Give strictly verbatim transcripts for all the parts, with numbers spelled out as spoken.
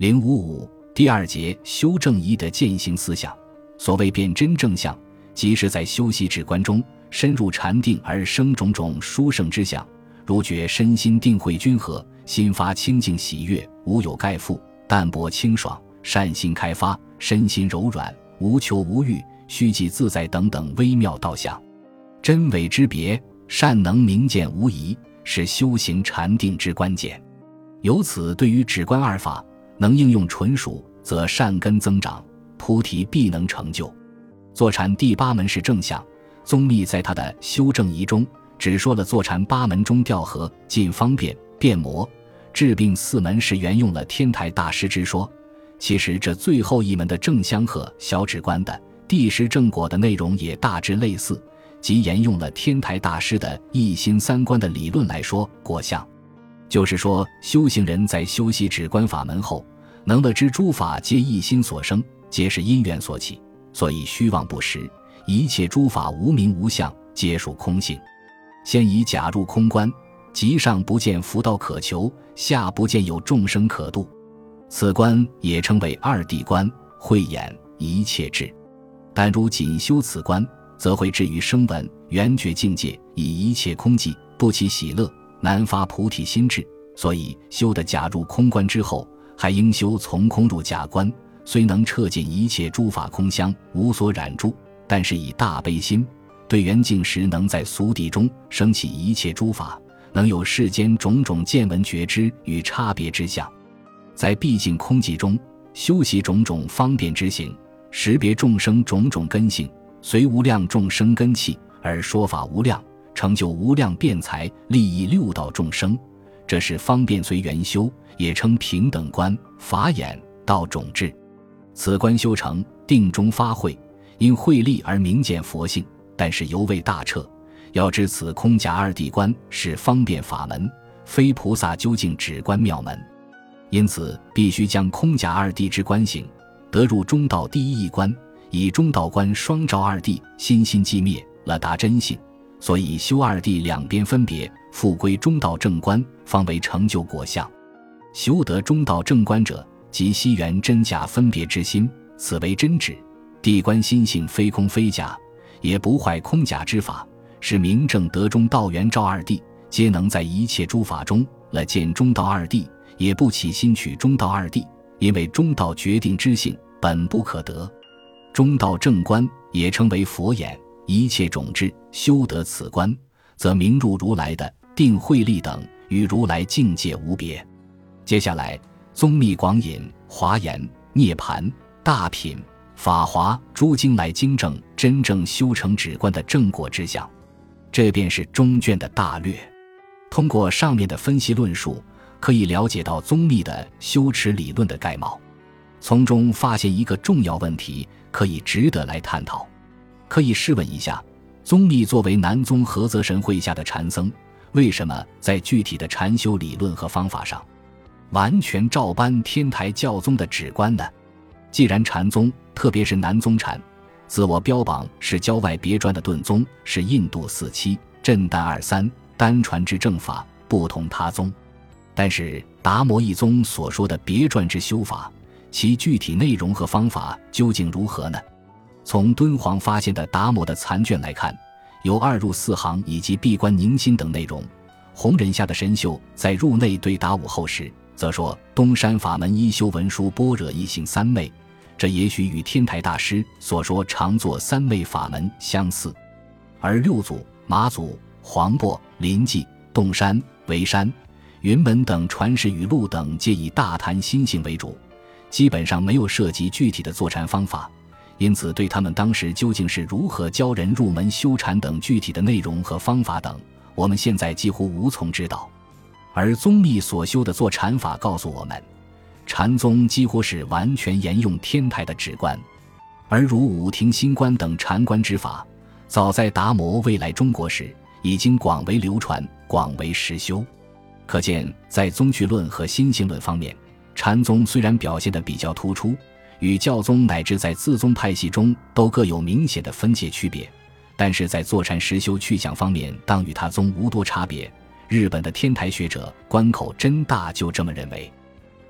零五五第二节修正仪的践行思想。所谓辨真正相，即是在修习止观中深入禅定而生种种殊胜之相，如觉身心定慧均和，心发清净喜悦，无有盖覆，淡泊清爽，善心开发，身心柔软，无求无欲，虚寂自在等等微妙道相。真伪之别，善能明见无疑，是修行禅定之关键。由此对于止观二法能应用纯熟，则善根增长，菩提必能成就。坐禅第八门是正相，宗密在他的修正仪中只说了坐禅八门中调和、尽方便、变魔、治病四门是沿用了天台大师之说。其实这最后一门的正相和小止观的第十正果的内容也大致类似，即沿用了天台大师的一心三观的理论来说果相。就是说，修行人在修习止观法门后，能乐知诸法皆一心所生，皆是因缘所起，所以虚妄不实，一切诸法无名无相，皆属空性。先以假入空观，即上不见福道可求，下不见有众生可度，此观也称为二谛观，慧眼一切智。但如仅修此观，则会至于声闻缘觉境界，以一切空寂，不起喜乐，难发菩提心智。所以修的假入空观之后，还应修从空入假观，虽能彻见一切诸法空相，无所染著，但是以大悲心对缘境时，能在俗谛中升起一切诸法，能有世间种种见闻觉知与差别之相。在毕竟空寂中修习种种方便之行，识别众生种种根性，随无量众生根器而说法无量，成就无量辩才，利益六道众生。这是方便随缘修，也称平等观、法眼、道种智。此观修成，定中发慧，因慧力而明见佛性，但是犹未大彻。要知此空假二谛观是方便法门，非菩萨究竟止观妙门，因此必须将空假二谛之观行得入中道第一义观，以中道观双照二谛，心心寂灭了达真性。所以修二谛两边分别，复归中道正观，方为成就果相。修得中道正观者，即悉缘真假分别之心，此为真止。谛观心性非空非假，也不坏空假之法，是明正得中道圆照二谛，皆能在一切诸法中了见中道二谛，也不起心取中道二谛，因为中道决定之性本不可得。中道正观也称为佛眼，一切种智修得此观，则明入如来的定慧力等，与如来境界无别。接下来宗密广引华严、涅盘、大品、法华诸经来经证真正修成止观的正果之相，这便是中卷的大略。通过上面的分析论述，可以了解到宗密的修持理论的概貌，从中发现一个重要问题，可以值得来探讨。可以试问一下，宗密作为南宗菏泽神会下的禅僧，为什么在具体的禅修理论和方法上完全照搬天台教宗的止观呢？既然禅宗，特别是南宗禅，自我标榜是郊外别传的顿宗，是印度四七、震旦二三单传之正法，不同他宗。但是达摩一宗所说的别传之修法，其具体内容和方法究竟如何呢？从敦煌发现的达摩的残卷来看，有二入四行以及闭关凝心等内容。弘忍下的神秀在入内对答悟后时，则说东山法门一修文殊般若一行三昧，这也许与天台大师所说常作三昧法门相似。而六祖、马祖、黄檗、临济、洞山、沩山、云门等传世语录等皆以大谈心性为主，基本上没有涉及具体的坐禅方法，因此对他们当时究竟是如何教人入门修禅等具体的内容和方法等，我们现在几乎无从知道。而宗密所修的坐禅法告诉我们，禅宗几乎是完全沿用天台的止观，而如五庭心观等禅观之法，早在达摩未来中国时已经广为流传，广为实修。可见在宗趣论和心性论方面，禅宗虽然表现得比较突出，与教宗乃至在自宗派系中都各有明显的分界区别，但是在坐禅实修去向方面当与他宗无多差别。日本的天台学者关口真大就这么认为。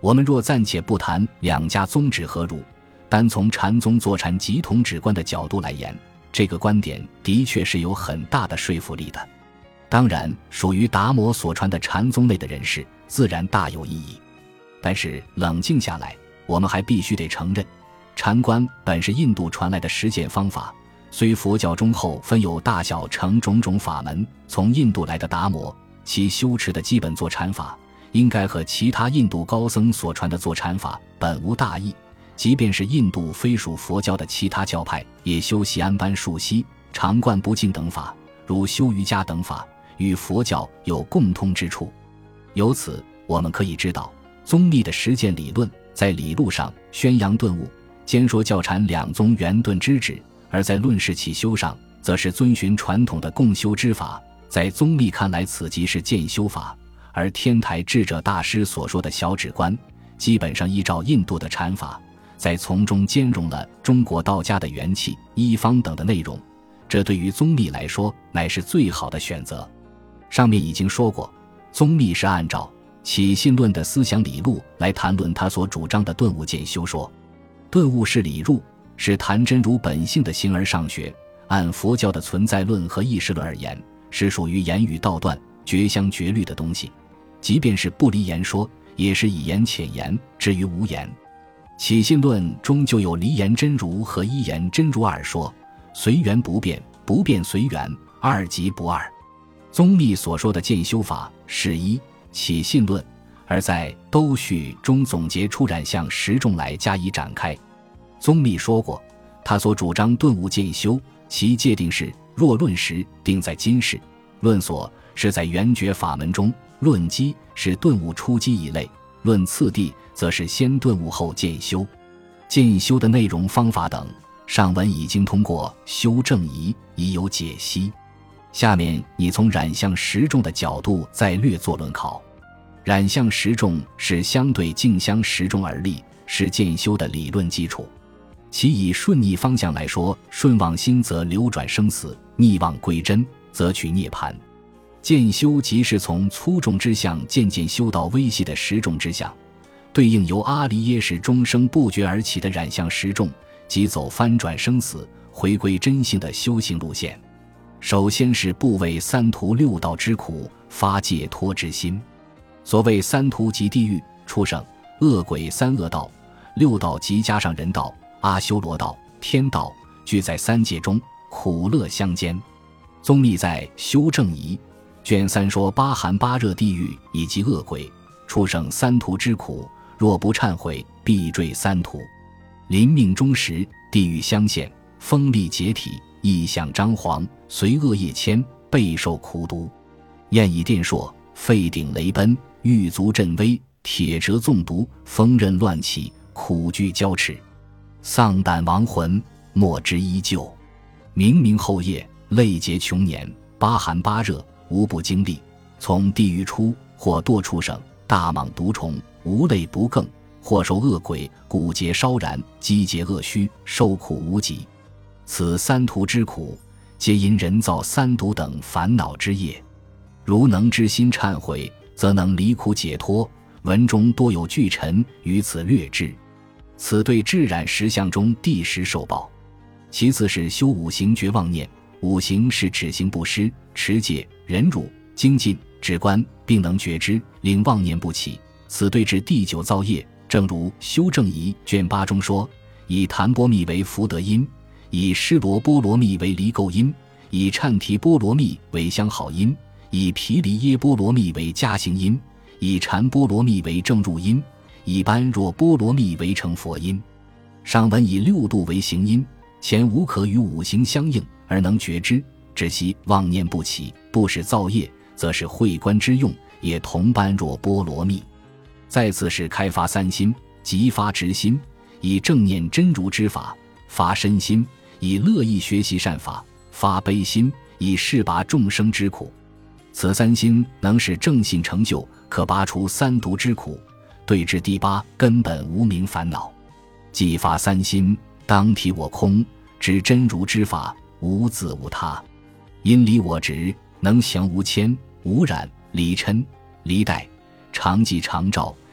我们若暂且不谈两家宗旨何如，单从禅宗坐禅即同止观的角度来言，这个观点的确是有很大的说服力的。当然，属于达摩所传的禅宗内的人士自然大有意义。但是冷静下来，我们还必须得承认，禅观本是印度传来的实践方法，虽佛教中后分有大小乘种种法门，从印度来的达摩，其修持的基本坐禅法应该和其他印度高僧所传的坐禅法本无大异，即便是印度非属佛教的其他教派，也修习安般数息、常观不净等法，如修瑜伽等法，与佛教有共通之处。由此我们可以知道，宗密的实践理论在理路上宣扬顿悟，兼说教禅两宗圆顿之旨，而在论事起修上则是遵循传统的共修之法。在宗密看来，此即是渐修法，而天台智者大师所说的小止观基本上依照印度的禅法，在从中兼容了中国道家的元气、一方等的内容，这对于宗密来说乃是最好的选择。上面已经说过，宗密是按照起信论的思想理路来谈论他所主张的顿悟渐修说。顿悟是理路，是谈真如本性的形而上学，按佛教的存在论和意识论而言，是属于言语道断、绝相绝虑的东西，即便是不离言说，也是以言浅言至于无言。起信论中就有离言真如和一言真如二说，随缘不变，不变随缘，二即不二。宗密所说的渐修法是一起信论，而在兜序中总结出染相十众来加以展开。宗密说过，他所主张顿悟渐修，其界定是若论时定在今世，论所是在圆觉法门中，论机是顿悟初机一类，论次第则是先顿悟后渐修。渐修的内容方法等，上文已经通过修正仪已有解析。下面你从染相十众的角度再略作论考。染相十众是相对镜相十众而立，是渐修的理论基础。其以顺逆方向来说，顺忘心则流转生死，逆忘归真则取涅槃。渐修即是从粗重之相渐渐修到微细的十众之相，对应由阿离耶识终生不绝而起的染相十众，即走翻转生死、回归真性的修行路线。首先是不为三途六道之苦，发解脱之心。所谓三途即地狱、畜生、恶鬼三恶道，六道即加上人道、阿修罗道、天道，俱在三界中，苦乐相间。宗密在修正仪卷三说八寒八热地狱以及恶鬼、畜生三途之苦，若不忏悔，必坠三途。临命终时，地狱相现，锋利解体，异象张皇，随恶业牵，备受苦毒。焰以电烁，沸鼎雷奔，狱卒震威，铁折纵毒，锋刃乱起，苦惧交齿。丧胆亡魂，莫之依旧。明明后夜，泪结穷年，八寒八热，无不经历。从地狱出，或堕畜生，大蟒毒虫，无泪不更；或受恶鬼，骨节烧燃，肌节恶虚，受苦无极。此三途之苦，皆因人造三毒等烦恼之业。如能知心忏悔，则能离苦解脱。文中多有句陈，于此略之。此对至染十相中第十受报。其次是修五行绝妄念，五行是止行布施、持戒、忍辱、精进、止观，并能觉知，令妄念不起。此对治第九造业，正如修正仪卷八中说，以檀波密为福德因，以施罗波罗蜜为离垢因，以忏提波罗蜜为相好因，以毗梨耶波罗蜜为加行因，以禅波罗蜜为正入因，以般若波罗蜜为成佛因。上文以六度为行因，前无可与五行相应而能觉知，只惜妄念不起，不使造业，则是慧观之用，也同般若波罗蜜。再次是开发三心，即发直心，以正念真如之法；发身心，以乐意学习善法；发悲心，以示拔众生之苦。此三心能使正信成就，可拔除三毒之苦，对治第八根本无明烦恼。既发三心，当体我空，知真如之法，无自无他。因离我执，能降无牵、无染、离嗔、离怠，常寂常照，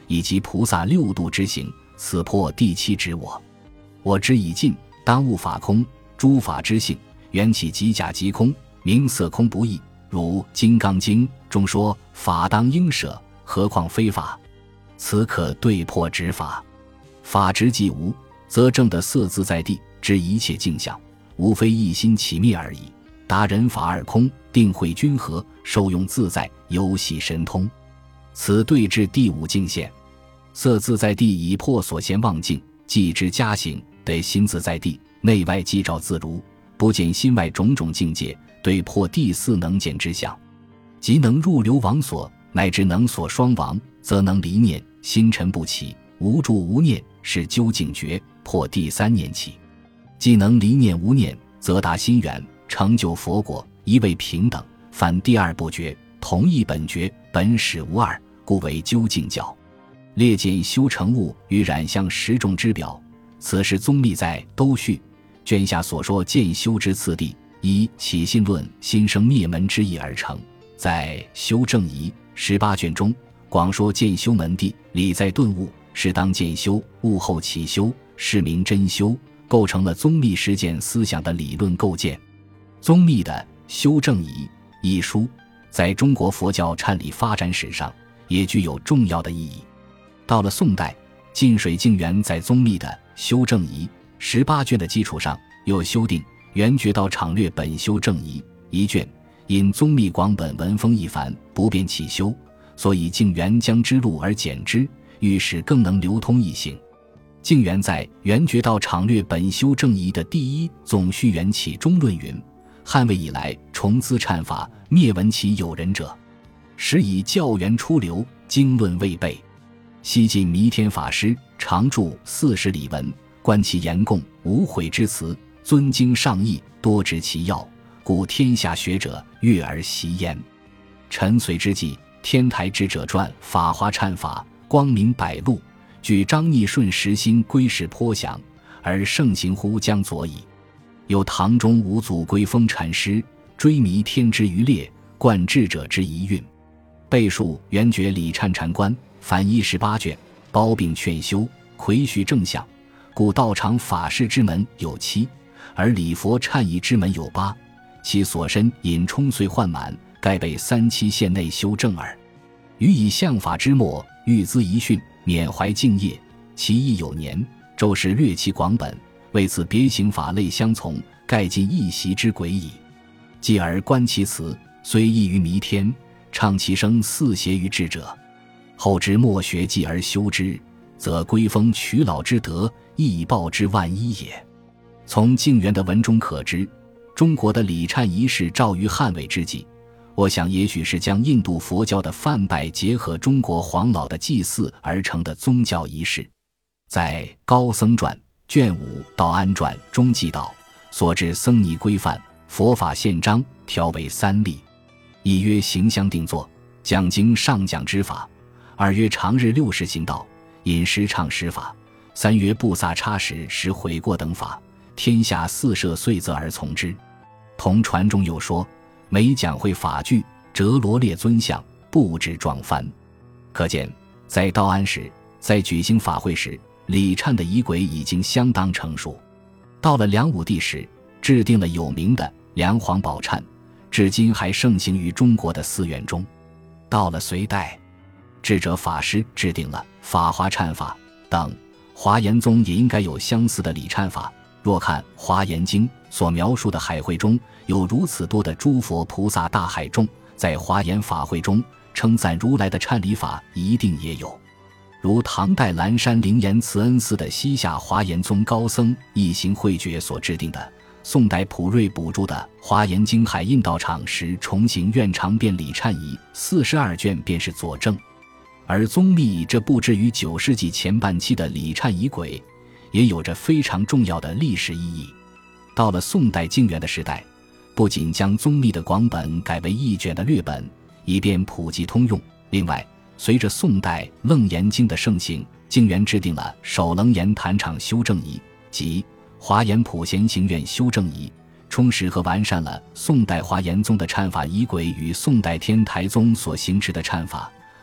以及菩萨六度之行，此破第七之我。我之已尽，当悟法空，诸法之性，缘起即假即空，名色空不异。如《金刚经》中说：法当应舍，何况非法？此可对破执法。法执既无，则证得色自在地之一切镜像，无非一心起灭而已。达人法二空，定慧均合，受用自在，游戏神通。此对至第五境现。色自在地已破所嫌妄境，即之加行，得心自在地，内外即照自如，不见心外种种境界，对破第四能见之相。即能入流王所，乃至能所双亡，则能离念，心尘不起，无住无念，是究竟觉，破第三念起。既能离念无念，则达心源，成就佛果，一味平等，犯第二不觉，同一本觉，本始无二，故为究竟教。列见修成物与染相十种之表，此是宗密在都序卷下所说见修之次第，依起信论心生灭门之意而成。在修正仪十八卷中，广说见修门第，理在顿悟，是当见修，悟后起修，是名真修，构成了宗密实践思想的理论构建。宗密的《修正仪》一书，在中国佛教忏礼发展史上也具有重要的意义。到了宋代，晋水净元在宗密的《修正仪》十八卷的基础上，又修订《圆觉道场略本修正仪》一卷，因宗密广本文风一繁，不便起修，所以净元将之录而简之，欲使更能流通易行。净元在《圆觉道场略本修正仪》的第一总序缘起中论云：汉魏以来，重资忏法，灭闻其有人者，时以教源出流，经论未备。西晋弥天法师常著四十里文，观其言供，无悔之词，尊经上义，多执其要，故天下学者悦而习焉。陈隋之际，天台智者传法华忏法，光明百路，据张逆顺实心归世颇详，而盛行乎将左矣。有唐中五祖归峰禅师追迷天之余烈，贯智者之遗韵，备述圆觉理忏禅观，凡一十八卷，包并劝修，魁序正相，故道场法事之门有七，而礼佛忏仪之门有八，其所身引充遂患满，盖被三期县内修正耳。予以相法之末，欲资遗训，缅怀敬业，其意有年，周氏略其广本，为此别行法类相从，盖尽一席之轨矣。继而观其词，虽异于弥天，唱其声似谐于智者。后之莫学继而修之，则归峰取老之德，亦报之万一也。从净元的文中可知，中国的礼忏仪式肇于汉魏之际，我想也许是将印度佛教的梵拜结合中国黄老的祭祀而成的宗教仪式。在《高僧传》卷五《道安传》中记道，所制僧尼规范，佛法宪章，条为三例：一曰行香定坐，讲经上讲之法；二曰常日六时行道，饮食唱食法；三曰不撒叉食时悔过等法。天下四摄遂则而从之。同传中又说，每讲会法具，折罗列尊像，布置幢幡。可见在道安时，在举行法会时，礼忏的仪轨已经相当成熟。到了梁武帝时，制定了有名的梁皇宝忏，至今还盛行于中国的寺院中。到了隋代，智者法师制定了法华忏法等，华严宗也应该有相似的礼忏法。若看《华严经》所描述的海会中有如此多的诸佛菩萨大海众，在华严法会中称赞如来的忏礼法一定也有。如唐代蓝山灵岩慈恩寺的西夏华严宗高僧一行慧觉所制定的，宋代普瑞补注的《华严经海印道场时重行愿长变礼忏仪四十二卷便是佐证。而宗密这布置于九世纪前半期的礼忏仪轨也有着非常重要的历史意义。到了宋代净元的时代，不仅将宗密的广本改为一卷的略本，以便普及通用，另外随着宋代楞严经的盛行，净元制定了首楞严坛场修正仪及华严普贤行愿修正仪，充实和完善了宋代华严宗的忏法仪轨与宋代天台宗所行持的忏法。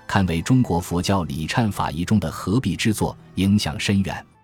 堪为中国佛教礼忏法仪中的合璧之作，影响深远。